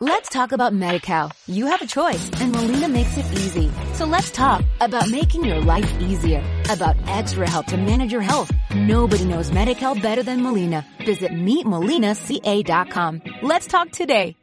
Let's talk about Medi-Cal. You have a choice, and Molina makes it easy. So let's talk about making your life easier, about extra help to manage your health. Nobody knows Medi-Cal better than Molina. Visit meetmolinaca.com. Let's talk today.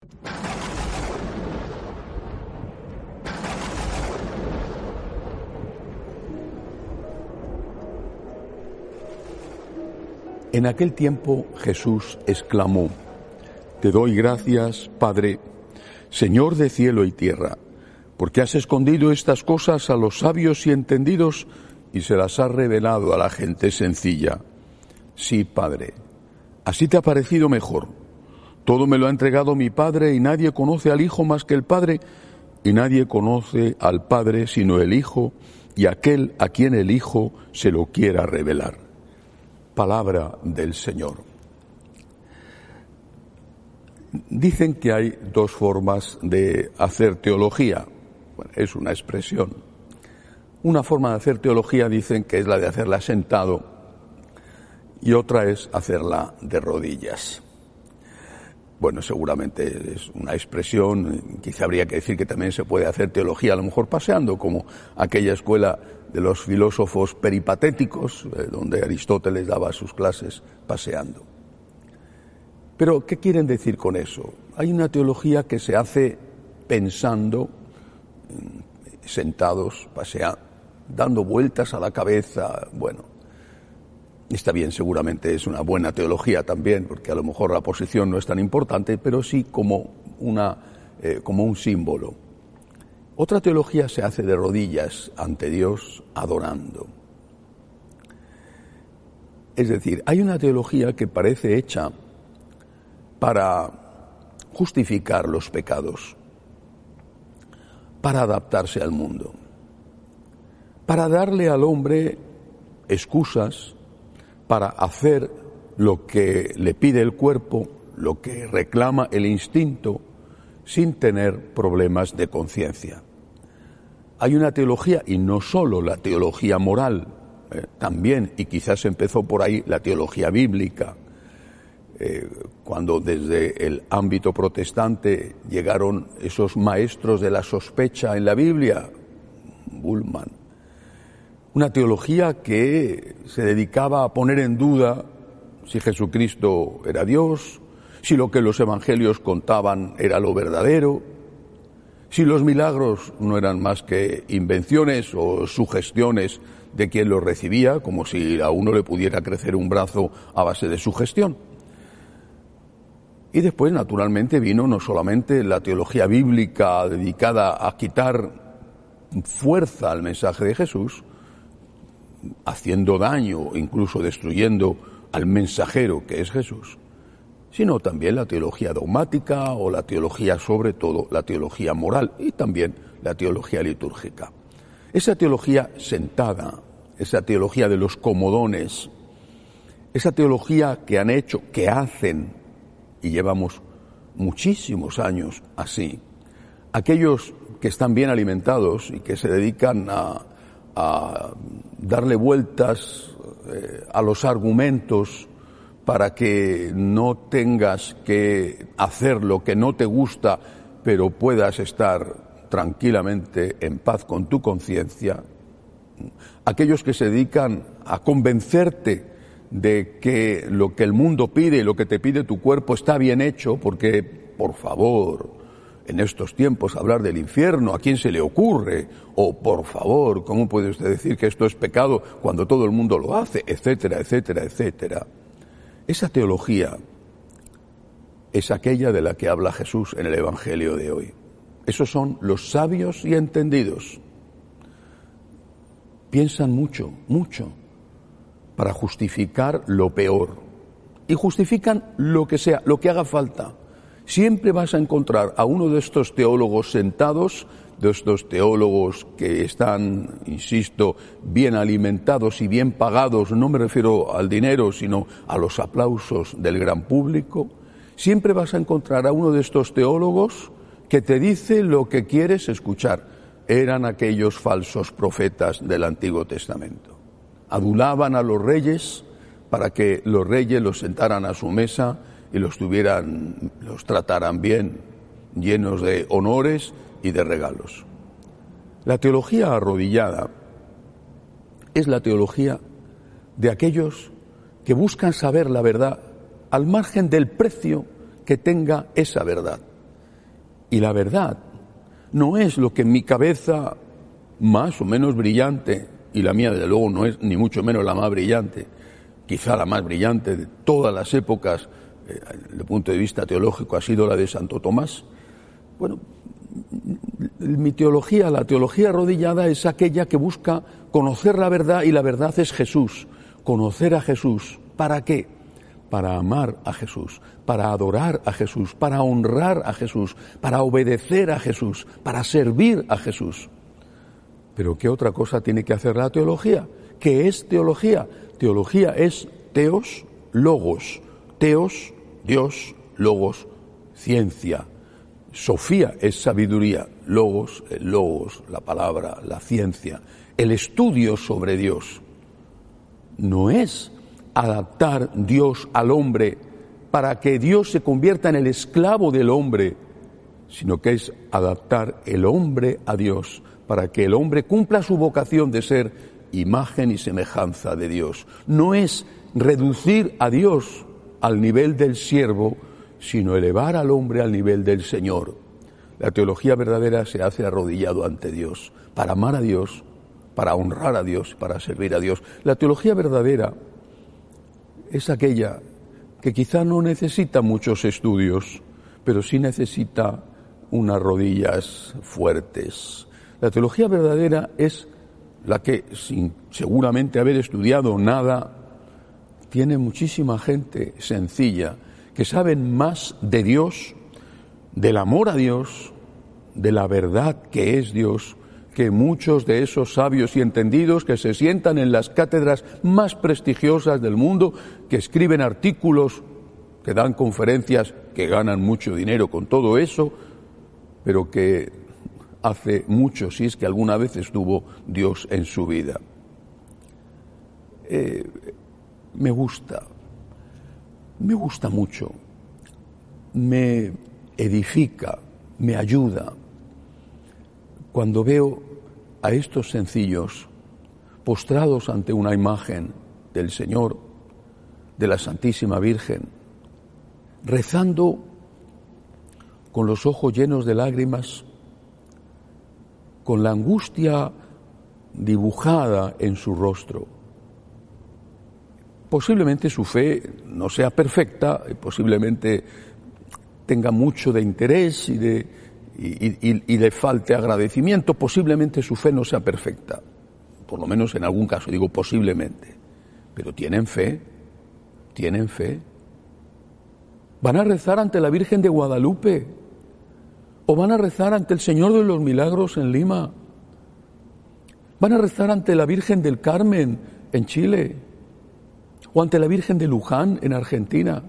En aquel tiempo Jesús exclamó: Te doy gracias, Padre, Señor de cielo y tierra, porque has escondido estas cosas a los sabios y entendidos y se las has revelado a la gente sencilla. Sí, Padre, así te ha parecido mejor. Todo me lo ha entregado mi Padre y nadie conoce al Hijo más que el Padre, y nadie conoce al Padre sino el Hijo y aquel a quien el Hijo se lo quiera revelar. Palabra del Señor. Dicen que hay dos formas de hacer teología. Bueno, es una expresión. Una forma de hacer teología dicen que es la de hacerla sentado y otra es hacerla de rodillas. Bueno, seguramente es una expresión, quizá habría que decir que también se puede hacer teología a lo mejor paseando, como aquella escuela de los filósofos peripatéticos, donde Aristóteles daba sus clases paseando. Pero, ¿qué quieren decir con eso? Hay una teología que se hace pensando, sentados, paseando, dando vueltas a la cabeza. Bueno, está bien, seguramente es una buena teología también, porque a lo mejor la posición no es tan importante, pero sí como un símbolo. Otra teología se hace de rodillas ante Dios, adorando. Es decir, hay una teología que parece hecha para justificar los pecados, para adaptarse al mundo, para darle al hombre excusas para hacer lo que le pide el cuerpo, lo que reclama el instinto, sin tener problemas de conciencia. Hay una teología, y no solo la teología moral, también, y quizás empezó por ahí, la teología bíblica, cuando desde el ámbito protestante llegaron esos maestros de la sospecha en la Biblia, Bullman, una teología que se dedicaba a poner en duda si Jesucristo era Dios, si lo que los evangelios contaban era lo verdadero, si los milagros no eran más que invenciones o sugestiones de quien los recibía, como si a uno le pudiera crecer un brazo a base de sugestión. Y después, naturalmente, vino no solamente la teología bíblica dedicada a quitar fuerza al mensaje de Jesús, haciendo daño, incluso destruyendo al mensajero que es Jesús, sino también la teología dogmática o la teología, sobre todo, la teología moral y también la teología litúrgica. Esa teología sentada, esa teología de los comodones, esa teología que han hecho, que hacen, y llevamos muchísimos años así, aquellos que están bien alimentados y que se dedican a darle vueltas a los argumentos para que no tengas que hacer lo que no te gusta, pero puedas estar tranquilamente en paz con tu conciencia. Aquellos que se dedican a convencerte de que lo que el mundo pide y lo que te pide tu cuerpo está bien hecho, porque, por favor, en estos tiempos hablar del infierno, ¿a quién se le ocurre? O, por favor, ¿cómo puede usted decir que esto es pecado cuando todo el mundo lo hace? Etcétera, etcétera, etcétera. Esa teología es aquella de la que habla Jesús en el Evangelio de hoy. Esos son los sabios y entendidos. Piensan mucho, mucho, para justificar lo peor. Y justifican lo que sea, lo que haga falta. Siempre vas a encontrar a uno de estos teólogos sentados, de estos teólogos que están, insisto, bien alimentados y bien pagados, no me refiero al dinero, sino a los aplausos del gran público. Siempre vas a encontrar a uno de estos teólogos que te dice lo que quieres escuchar. Eran aquellos falsos profetas del Antiguo Testamento. Adulaban a los reyes para que los reyes los sentaran a su mesa y los trataran bien. llenos de honores y de regalos. La teología arrodillada es la teología de aquellos que buscan saber la verdad al margen del precio que tenga esa verdad. Y la verdad no es lo que en mi cabeza más o menos brillante, y la mía desde luego no es ni mucho menos la más brillante, quizá la más brillante de todas las épocas, desde el punto de vista teológico, ha sido la de Santo Tomás. Bueno, mi teología, la teología arrodillada, es aquella que busca conocer la verdad, y la verdad es Jesús. Conocer a Jesús. ¿Para qué? Para amar a Jesús, para adorar a Jesús, para honrar a Jesús, para obedecer a Jesús, para servir a Jesús. Pero ¿qué otra cosa tiene que hacer la teología? ¿Qué es teología? Teología es teos, logos. Teos, Dios, logos, ciencia. Sofía es sabiduría, logos, la palabra, la ciencia, el estudio sobre Dios. No es adaptar Dios al hombre para que Dios se convierta en el esclavo del hombre, sino que es adaptar el hombre a Dios para que el hombre cumpla su vocación de ser imagen y semejanza de Dios. No es reducir a Dios al nivel del siervo, sino elevar al hombre al nivel del Señor. La teología verdadera se hace arrodillado ante Dios, para amar a Dios, para honrar a Dios, para servir a Dios. La teología verdadera es aquella que quizá no necesita muchos estudios, pero sí necesita unas rodillas fuertes. La teología verdadera es la que, sin seguramente haber estudiado nada, tiene muchísima gente sencilla, que saben más de Dios, del amor a Dios, de la verdad que es Dios, que muchos de esos sabios y entendidos que se sientan en las cátedras más prestigiosas del mundo, que escriben artículos, que dan conferencias, que ganan mucho dinero con todo eso, pero que hace mucho, si es que alguna vez estuvo Dios en su vida. Me gusta mucho, me edifica, me ayuda cuando veo a estos sencillos postrados ante una imagen del Señor, de la Santísima Virgen, rezando con los ojos llenos de lágrimas, con la angustia dibujada en su rostro. Posiblemente su fe no sea perfecta, posiblemente tenga mucho de interés y le falte agradecimiento, posiblemente su fe no sea perfecta, por lo menos en algún caso, digo posiblemente, pero tienen fe. Van a rezar ante la Virgen de Guadalupe, o van a rezar ante el Señor de los Milagros en Lima, van a rezar ante la Virgen del Carmen en Chile, o ante la Virgen de Luján en Argentina,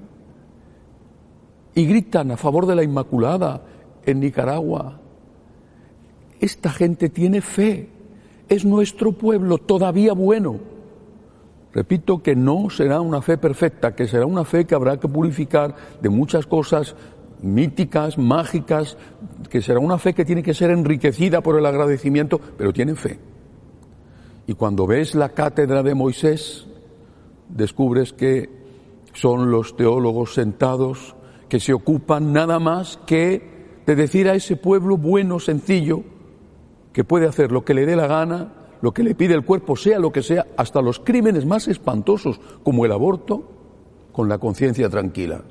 y gritan a favor de la Inmaculada en Nicaragua. Esta gente tiene fe, es nuestro pueblo todavía bueno. Repito que no será una fe perfecta, que será una fe que habrá que purificar de muchas cosas míticas, mágicas, que será una fe que tiene que ser enriquecida por el agradecimiento, pero tienen fe. Y cuando ves la cátedra de Moisés, descubres que son los teólogos sentados que se ocupan nada más que de decir a ese pueblo bueno, sencillo, que puede hacer lo que le dé la gana, lo que le pide el cuerpo, sea lo que sea, hasta los crímenes más espantosos, como el aborto, con la conciencia tranquila.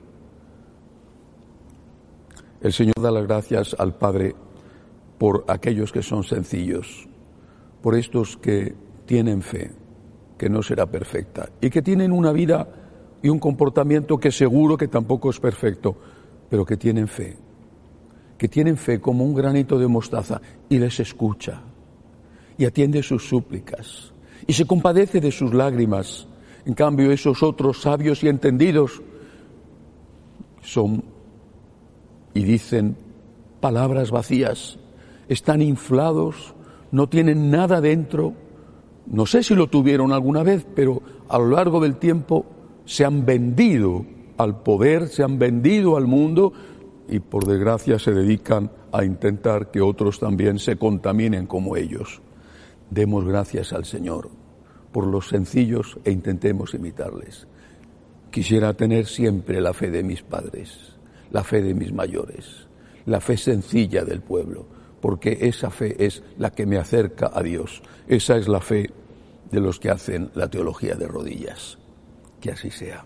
El Señor da las gracias al Padre por aquellos que son sencillos, por estos que tienen fe, que no será perfecta, y que tienen una vida y un comportamiento que seguro que tampoco es perfecto, pero que tienen fe como un granito de mostaza, y les escucha, y atiende sus súplicas, y se compadece de sus lágrimas. En cambio, esos otros sabios y entendidos son y dicen palabras vacías, están inflados, no tienen nada dentro. No sé si lo tuvieron alguna vez, pero a lo largo del tiempo se han vendido al poder, se han vendido al mundo y por desgracia se dedican a intentar que otros también se contaminen como ellos. Demos gracias al Señor por los sencillos e intentemos imitarles. Quisiera tener siempre la fe de mis padres, la fe de mis mayores, la fe sencilla del pueblo, porque esa fe es la que me acerca a Dios. Esa es la fe de los que hacen la teología de rodillas. Que así sea.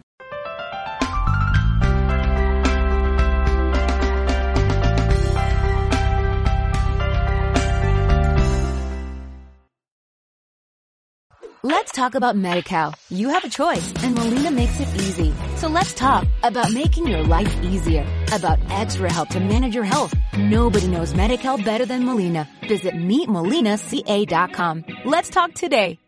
Let's talk about Medi-Cal. You have a choice, and Molina makes it easy. So let's talk about making your life easier, about extra help to manage your health. Nobody knows Medi-Cal better than Molina. Visit meetmolinaca.com. Let's talk today.